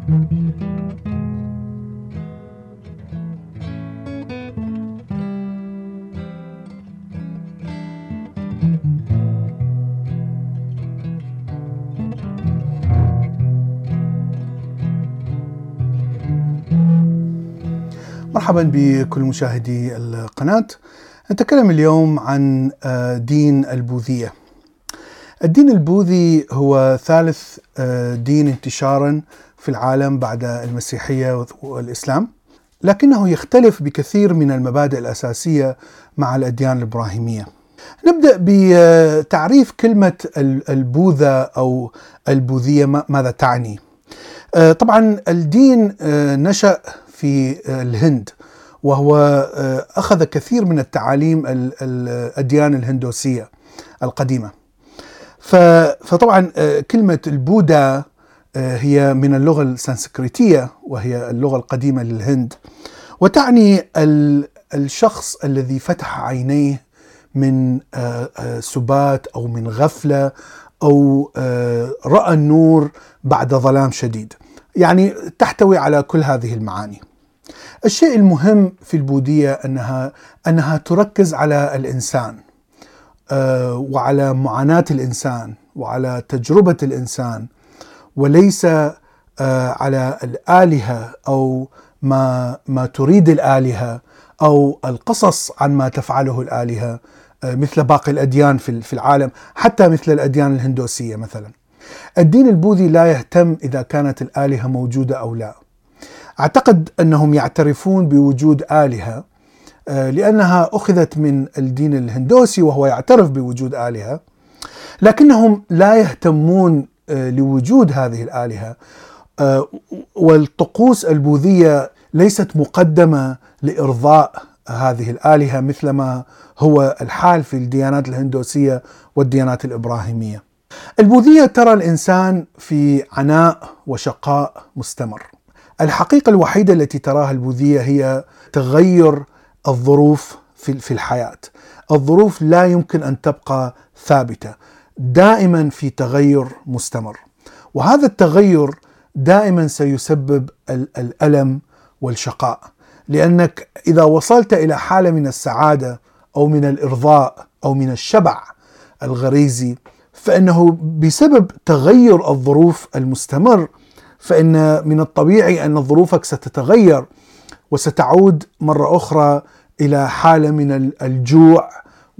مرحبا بكل مشاهدي القناة. نتكلم اليوم عن دين البوذية. الدين البوذي هو ثالث دين انتشارا في العالم بعد المسيحية والإسلام، لكنه يختلف بكثير من المبادئ الأساسية مع الأديان الإبراهيمية. نبدأ بتعريف كلمة البوذا أو البوذية ماذا تعني. طبعا الدين نشأ في الهند، وهو أخذ كثير من التعاليم الأديان الهندوسية القديمة. فطبعا كلمة البوذا هي من اللغة السنسكريتية، وهي اللغة القديمة للهند، وتعني الشخص الذي فتح عينيه من سبات أو من غفلة أو رأى النور بعد ظلام شديد، يعني تحتوي على كل هذه المعاني. الشيء المهم في البوذية أنها تركز على الإنسان وعلى معاناة الإنسان وعلى تجربة الإنسان، وليس على الآلهة أو ما تريد الآلهة أو القصص عن ما تفعله الآلهة مثل باقي الأديان في العالم، حتى مثل الأديان الهندوسية مثلا. الدين البوذي لا يهتم إذا كانت الآلهة موجودة أو لا. أعتقد أنهم يعترفون بوجود آلهة لأنها أخذت من الدين الهندوسي وهو يعترف بوجود آلهة، لكنهم لا يهتمون لوجود هذه الآلهة. والطقوس البوذية ليست مقدمة لإرضاء هذه الآلهة مثلما هو الحال في الديانات الهندوسية والديانات الإبراهيمية. البوذية ترى الإنسان في عناء وشقاء مستمر. الحقيقة الوحيدة التي تراها البوذية هي تغير الظروف في الحياة. الظروف لا يمكن أن تبقى ثابتة، دائما في تغير مستمر، وهذا التغير دائما سيسبب الألم والشقاء، لأنك إذا وصلت إلى حالة من السعادة أو من الإرضاء أو من الشبع الغريزي، فإنه بسبب تغير الظروف المستمر فإن من الطبيعي أن ظروفك ستتغير وستعود مرة أخرى إلى حالة من الجوع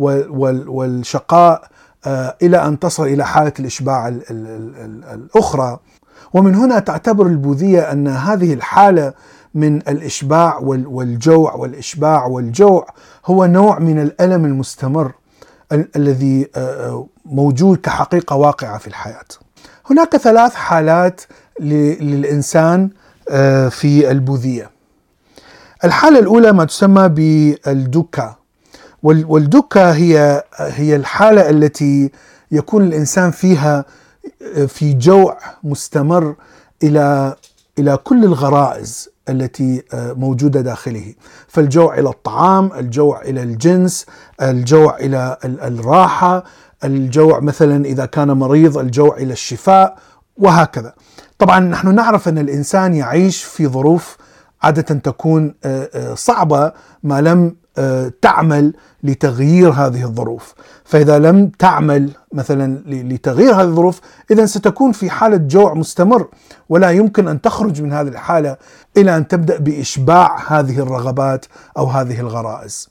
والشقاء إلى أن تصل إلى حالة الإشباع الأخرى. ومن هنا تعتبر البوذية أن هذه الحالة من الإشباع والجوع والإشباع والجوع هو نوع من الألم المستمر الذي موجود كحقيقة واقعة في الحياة. هناك 3 حالات للإنسان في البوذية. الحالة الأولى ما تسمى بالدوكا، والدوكا هي الحالة التي يكون الإنسان فيها في جوع مستمر إلى كل الغرائز التي موجودة داخله، فالجوع إلى الطعام، الجوع إلى الجنس، الجوع إلى الراحة، الجوع مثلا إذا كان مريض، الجوع إلى الشفاء، وهكذا. طبعا نحن نعرف أن الإنسان يعيش في ظروف عادة تكون صعبة ما لم تعمل لتغيير هذه الظروف. فإذا لم تعمل مثلا لتغيير هذه الظروف، إذن ستكون في حالة جوع مستمر، ولا يمكن أن تخرج من هذه الحالة إلى أن تبدأ بإشباع هذه الرغبات أو هذه الغرائز.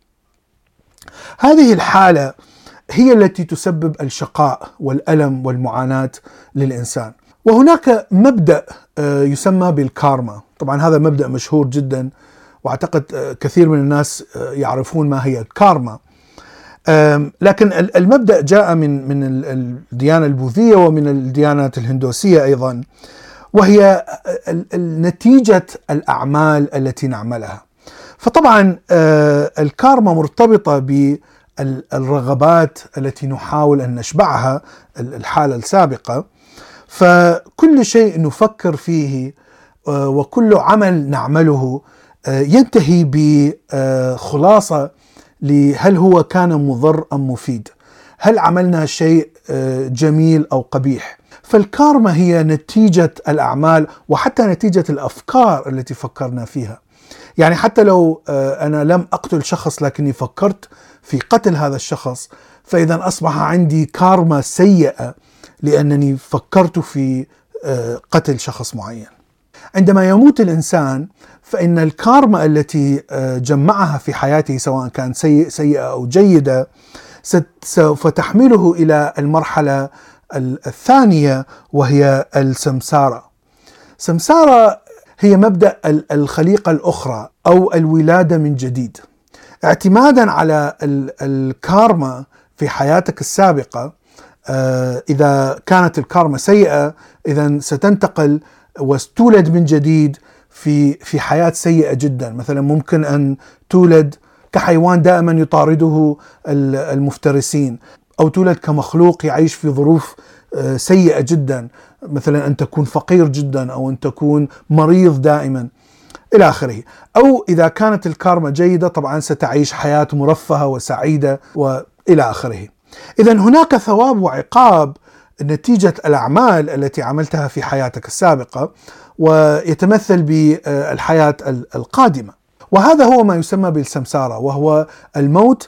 هذه الحالة هي التي تسبب الشقاء والألم والمعاناة للإنسان. وهناك مبدأ يسمى بالكارما. طبعا هذا مبدأ مشهور جدا، واعتقد كثير من الناس يعرفون ما هي الكارما. لكن المبدأ جاء من الديانة البوذية ومن الديانات الهندوسية أيضا، وهي نتيجة الأعمال التي نعملها. فطبعا الكارما مرتبطة بالرغبات التي نحاول أن نشبعها، الحالة السابقة. فكل شيء نفكر فيه وكل عمل نعمله ينتهي بخلاصة هل هو كان مضر أم مفيد، هل عملنا شيء جميل أو قبيح. فالكارما هي نتيجة الأعمال وحتى نتيجة الأفكار التي فكرنا فيها. يعني حتى لو أنا لم أقتل شخص لكني فكرت في قتل هذا الشخص، فإذا أصبح عندي كارما سيئة لأنني فكرت في قتل شخص معين. عندما يموت الإنسان فإن الكارما التي جمعها في حياته سواء كان سيئة أو جيدة سوف تحمله إلى المرحلة الثانية وهي السمسارة. سمسارة هي مبدأ الخليقة الأخرى أو الولادة من جديد. اعتمادا على الكارما في حياتك السابقة، إذا كانت الكارما سيئة إذا ستنتقل وتولد من جديد في حياة سيئة جدا. مثلا ممكن أن تولد كحيوان دائما يطارده المفترسين، أو تولد كمخلوق يعيش في ظروف سيئة جدا، مثلا أن تكون فقير جدا أو أن تكون مريض دائما إلى آخره. أو إذا كانت الكارما جيدة طبعا ستعيش حياة مرفهة وسعيدة وإلى آخره. إذن هناك ثواب وعقاب نتيجة الأعمال التي عملتها في حياتك السابقة، ويتمثل بالحياة القادمة. وهذا هو ما يسمى بالسمسارة، وهو الموت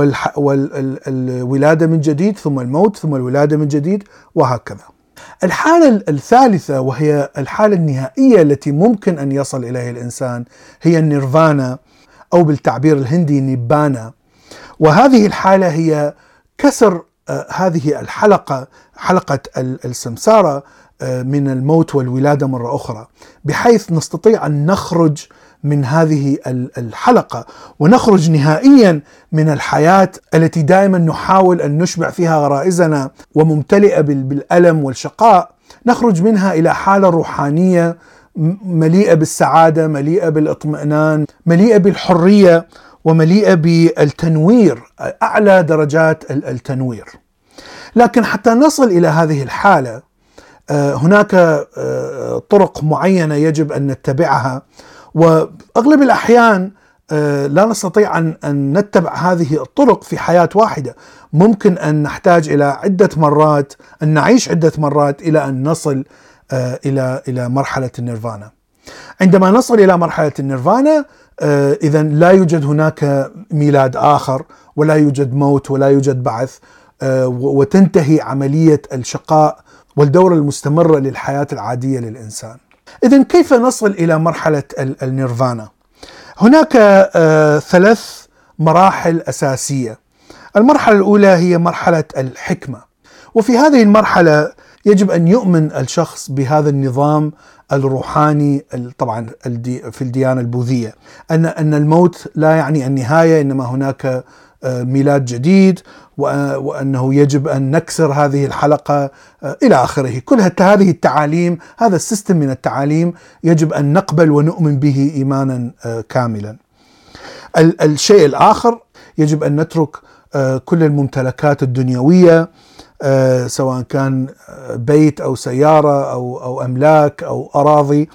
والولادة من جديد، ثم الموت ثم الولادة من جديد، وهكذا. الحالة الثالثة وهي الحالة النهائية التي ممكن أن يصل إليها الإنسان هي النيرفانا، أو بالتعبير الهندي نيبانا. وهذه الحالة هي كسر هذه حلقة السمسارة من الموت والولادة مرة أخرى، بحيث نستطيع أن نخرج من هذه الحلقة ونخرج نهائيا من الحياة التي دائما نحاول أن نشبع فيها غرائزنا وممتلئة بالألم والشقاء. نخرج منها إلى حالة روحانية مليئة بالسعادة، مليئة بالاطمئنان، مليئة بالحرية، ومليئة بالتنوير، أعلى درجات التنوير. لكن حتى نصل إلى هذه الحالة هناك طرق معينة يجب أن نتبعها، وأغلب الأحيان لا نستطيع أن نتبع هذه الطرق في حياة واحدة. ممكن أن نحتاج إلى عدة مرات، أن نعيش عدة مرات إلى أن نصل إلى مرحلة النيرفانا. عندما نصل إلى مرحلة النيرفانا إذن لا يوجد هناك ميلاد آخر، ولا يوجد موت، ولا يوجد بعث، وتنتهي عملية الشقاء والدورة المستمرة للحياة العادية للإنسان. إذن كيف نصل إلى مرحلة النيرفانا؟ هناك 3 مراحل أساسية. المرحلة الأولى هي مرحلة الحكمة، وفي هذه المرحلة يجب أن يؤمن الشخص بهذا النظام الروحاني طبعا في الديانة البوذية، أن الموت لا يعني النهاية، إنما هناك ميلاد جديد، وأنه يجب أن نكسر هذه الحلقة إلى آخره. كل هذه التعاليم، هذا السيستم من التعاليم يجب أن نقبل ونؤمن به إيمانا كاملا. الشيء الآخر يجب أن نترك كل الممتلكات الدنيوية، سواء كان بيت أو سيارة أو أملاك أو أراضي،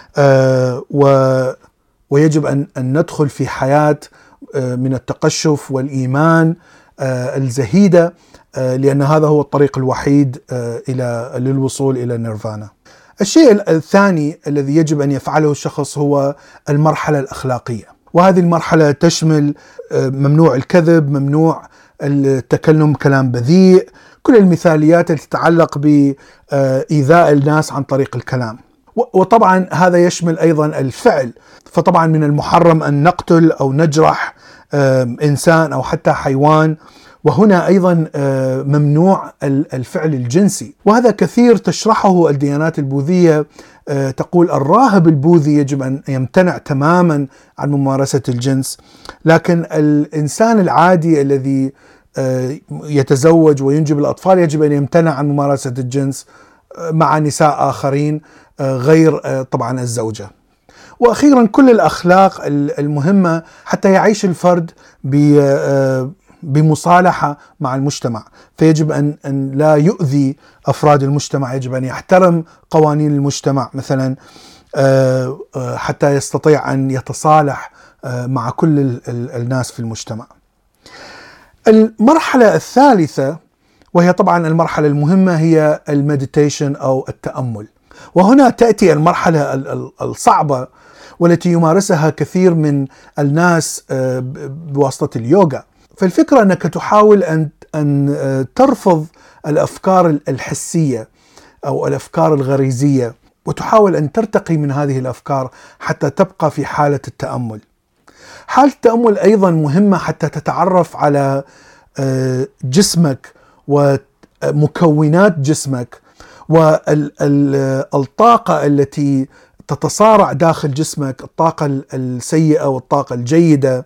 ويجب أن ندخل في حياة من التقشف والإيمان الزهيدة، لأن هذا هو الطريق الوحيد للوصول إلى النيرفانا. الشيء الثاني الذي يجب أن يفعله الشخص هو المرحلة الأخلاقية، وهذه المرحلة تشمل ممنوع الكذب، ممنوع التكلم كلام بذيء، كل المثاليات التي تتعلق بإيذاء الناس عن طريق الكلام. وطبعا هذا يشمل أيضا الفعل، فطبعا من المحرم أن نقتل أو نجرح إنسان أو حتى حيوان. وهنا أيضا ممنوع الفعل الجنسي، وهذا كثير تشرحه الديانات البوذية. تقول الراهب البوذي يجب أن يمتنع تماما عن ممارسة الجنس، لكن الإنسان العادي الذي يتزوج وينجب الأطفال يجب أن يمتنع عن ممارسة الجنس مع نساء آخرين غير طبعا الزوجة. وأخيرا كل الأخلاق المهمة حتى يعيش الفرد بمصالحة مع المجتمع، فيجب أن لا يؤذي أفراد المجتمع، يجب أن يحترم قوانين المجتمع مثلا، حتى يستطيع أن يتصالح مع كل الناس في المجتمع. المرحلة الثالثة وهي طبعا المرحلة المهمة هي المديتيشن أو التأمل. وهنا تأتي المرحلة الصعبة والتي يمارسها كثير من الناس بواسطة اليوغا. فالفكرة أنك تحاول أن ترفض الأفكار الحسية أو الأفكار الغريزية، وتحاول أن ترتقي من هذه الأفكار حتى تبقى في حالة التأمل. حالة التأمل أيضا مهمة حتى تتعرف على جسمك ومكونات جسمك والطاقة التي تتصارع داخل جسمك، الطاقة السيئة والطاقة الجيدة،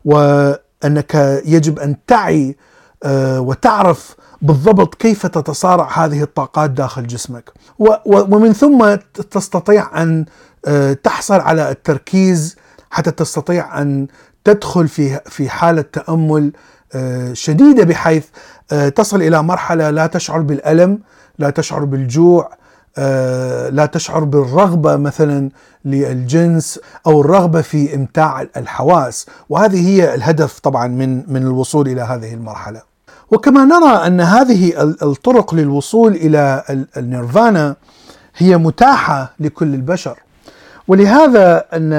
وأنك يجب أن تعي وتعرف بالضبط كيف تتصارع هذه الطاقات داخل جسمك، ومن ثم تستطيع أن تحصل على التركيز حتى تستطيع أن تدخل في حالة تأمل شديدة، بحيث تصل إلى مرحلة لا تشعر بالألم، لا تشعر بالجوع، لا تشعر بالرغبة مثلا للجنس أو الرغبة في إمتاع الحواس. وهذه هي الهدف طبعا من الوصول إلى هذه المرحلة. وكما نرى أن هذه الطرق للوصول إلى النيرفانا هي متاحة لكل البشر، ولهذا أن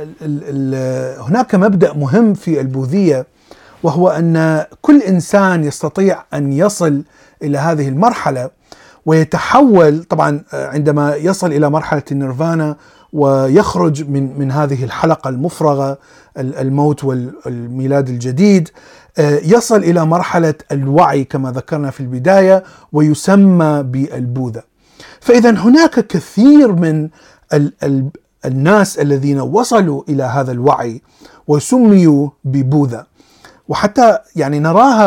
هناك مبدأ مهم في البوذية، وهو أن كل إنسان يستطيع أن يصل إلى هذه المرحلة ويتحول. طبعا عندما يصل إلى مرحلة النيرفانا ويخرج من هذه الحلقة المفرغة، الموت والميلاد الجديد، يصل إلى مرحلة الوعي كما ذكرنا في البداية، ويسمى بالبوذا. فإذا هناك كثير من الناس الذين وصلوا إلى هذا الوعي وسميوا ببوذا، وحتى يعني نراها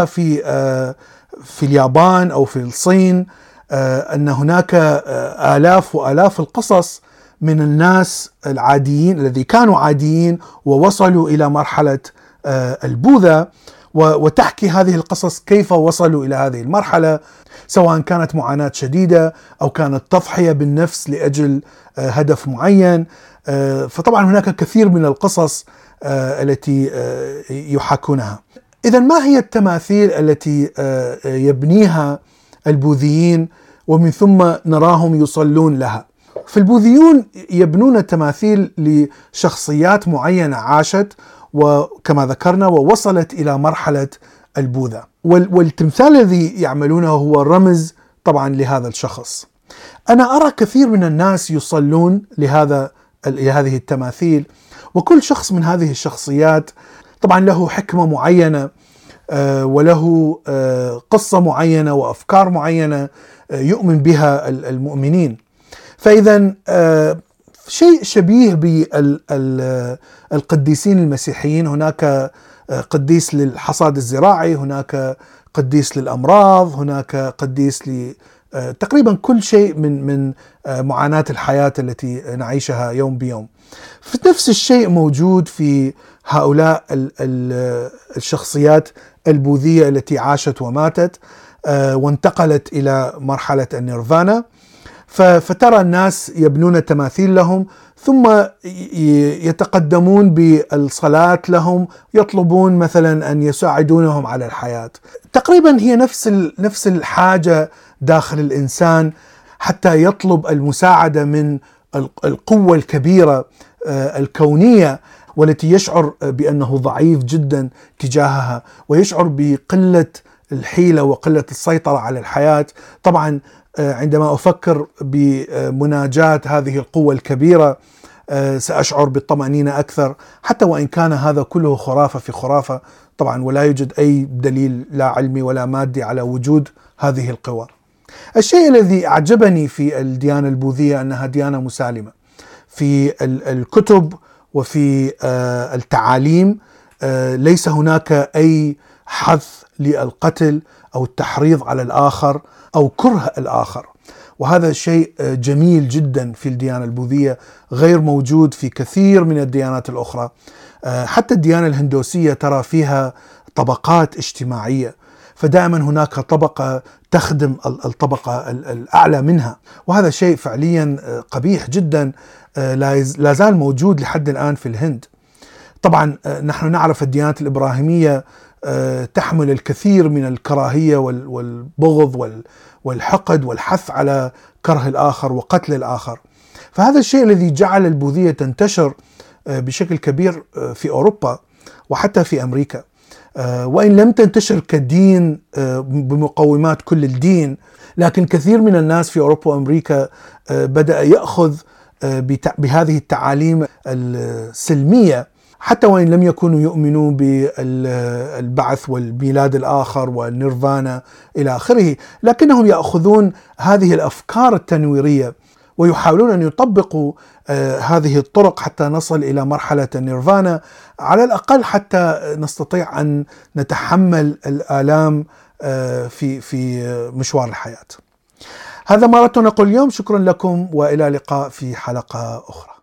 في اليابان أو في الصين، أن هناك آلاف وآلاف القصص من الناس العاديين الذي كانوا عاديين ووصلوا إلى مرحلة البوذا، وتحكي هذه القصص كيف وصلوا إلى هذه المرحلة، سواء كانت معاناة شديدة أو كانت تضحية بالنفس لأجل هدف معين. فطبعا هناك كثير من القصص التي يحاكونها. إذن ما هي التماثيل التي يبنيها البوذيين ومن ثم نراهم يصلون لها؟ فالبوذيون يبنون تماثيل لشخصيات معينة عاشت وكما ذكرنا ووصلت إلى مرحلة البوذا، والتمثال الذي يعملونه هو رمز طبعا لهذا الشخص. أنا أرى كثير من الناس يصلون لهذه التماثيل، وكل شخص من هذه الشخصيات طبعا له حكمة معينة وله قصة معينة وأفكار معينة يؤمن بها المؤمنين. فإذا شيء شبيه بالقديسين المسيحيين، هناك قديس للحصاد الزراعي، هناك قديس للأمراض، هناك قديس تقريبا كل شيء من معاناة الحياة التي نعيشها يوم بيوم. نفس الشيء موجود في هؤلاء الشخصيات البوذية التي عاشت وماتت وانتقلت إلى مرحلة النيرفانا. فترى الناس يبنون تماثيل لهم، ثم يتقدمون بالصلاة لهم، يطلبون مثلا أن يساعدونهم على الحياة. تقريبا هي نفس الحاجة داخل الإنسان حتى يطلب المساعدة من القوة الكبيرة الكونية، والتي يشعر بأنه ضعيف جدا تجاهها، ويشعر بقلة الحيلة وقلة السيطرة على الحياة. طبعا عندما أفكر بمناجاة هذه القوة الكبيرة سأشعر بالطمأنينة أكثر، حتى وإن كان هذا كله خرافة في خرافة طبعا، ولا يوجد أي دليل لا علمي ولا مادي على وجود هذه القوى. الشيء الذي أعجبني في الديانة البوذية أنها ديانة مسالمة في الكتب وفي التعاليم. ليس هناك أي حث للقتل أو التحريض على الآخر أو كره الآخر، وهذا شيء جميل جدا في الديانة البوذية، غير موجود في كثير من الديانات الأخرى. حتى الديانة الهندوسية ترى فيها طبقات اجتماعية، فدائما هناك طبقة تخدم الطبقة الأعلى منها، وهذا شيء فعليا قبيح جدا لا زال موجود لحد الآن في الهند. طبعا نحن نعرف الديانات الإبراهيمية تحمل الكثير من الكراهية والبغض والحقد والحث على كره الآخر وقتل الآخر. فهذا الشيء الذي جعل البوذية تنتشر بشكل كبير في أوروبا وحتى في أمريكا، وإن لم تنتشر كدين بمقومات كل الدين، لكن كثير من الناس في أوروبا وأمريكا بدأ يأخذ بهذه التعاليم السلمية، حتى وإن لم يكونوا يؤمنوا بالبعث والميلاد الآخر والنيرفانا إلى آخره، لكنهم يأخذون هذه الأفكار التنويرية ويحاولون أن يطبقوا هذه الطرق حتى نصل إلى مرحلة النيرفانا، على الأقل حتى نستطيع أن نتحمل الآلام في مشوار الحياة. هذا ما أردت أن أقول اليوم. شكرا لكم وإلى لقاء في حلقة أخرى.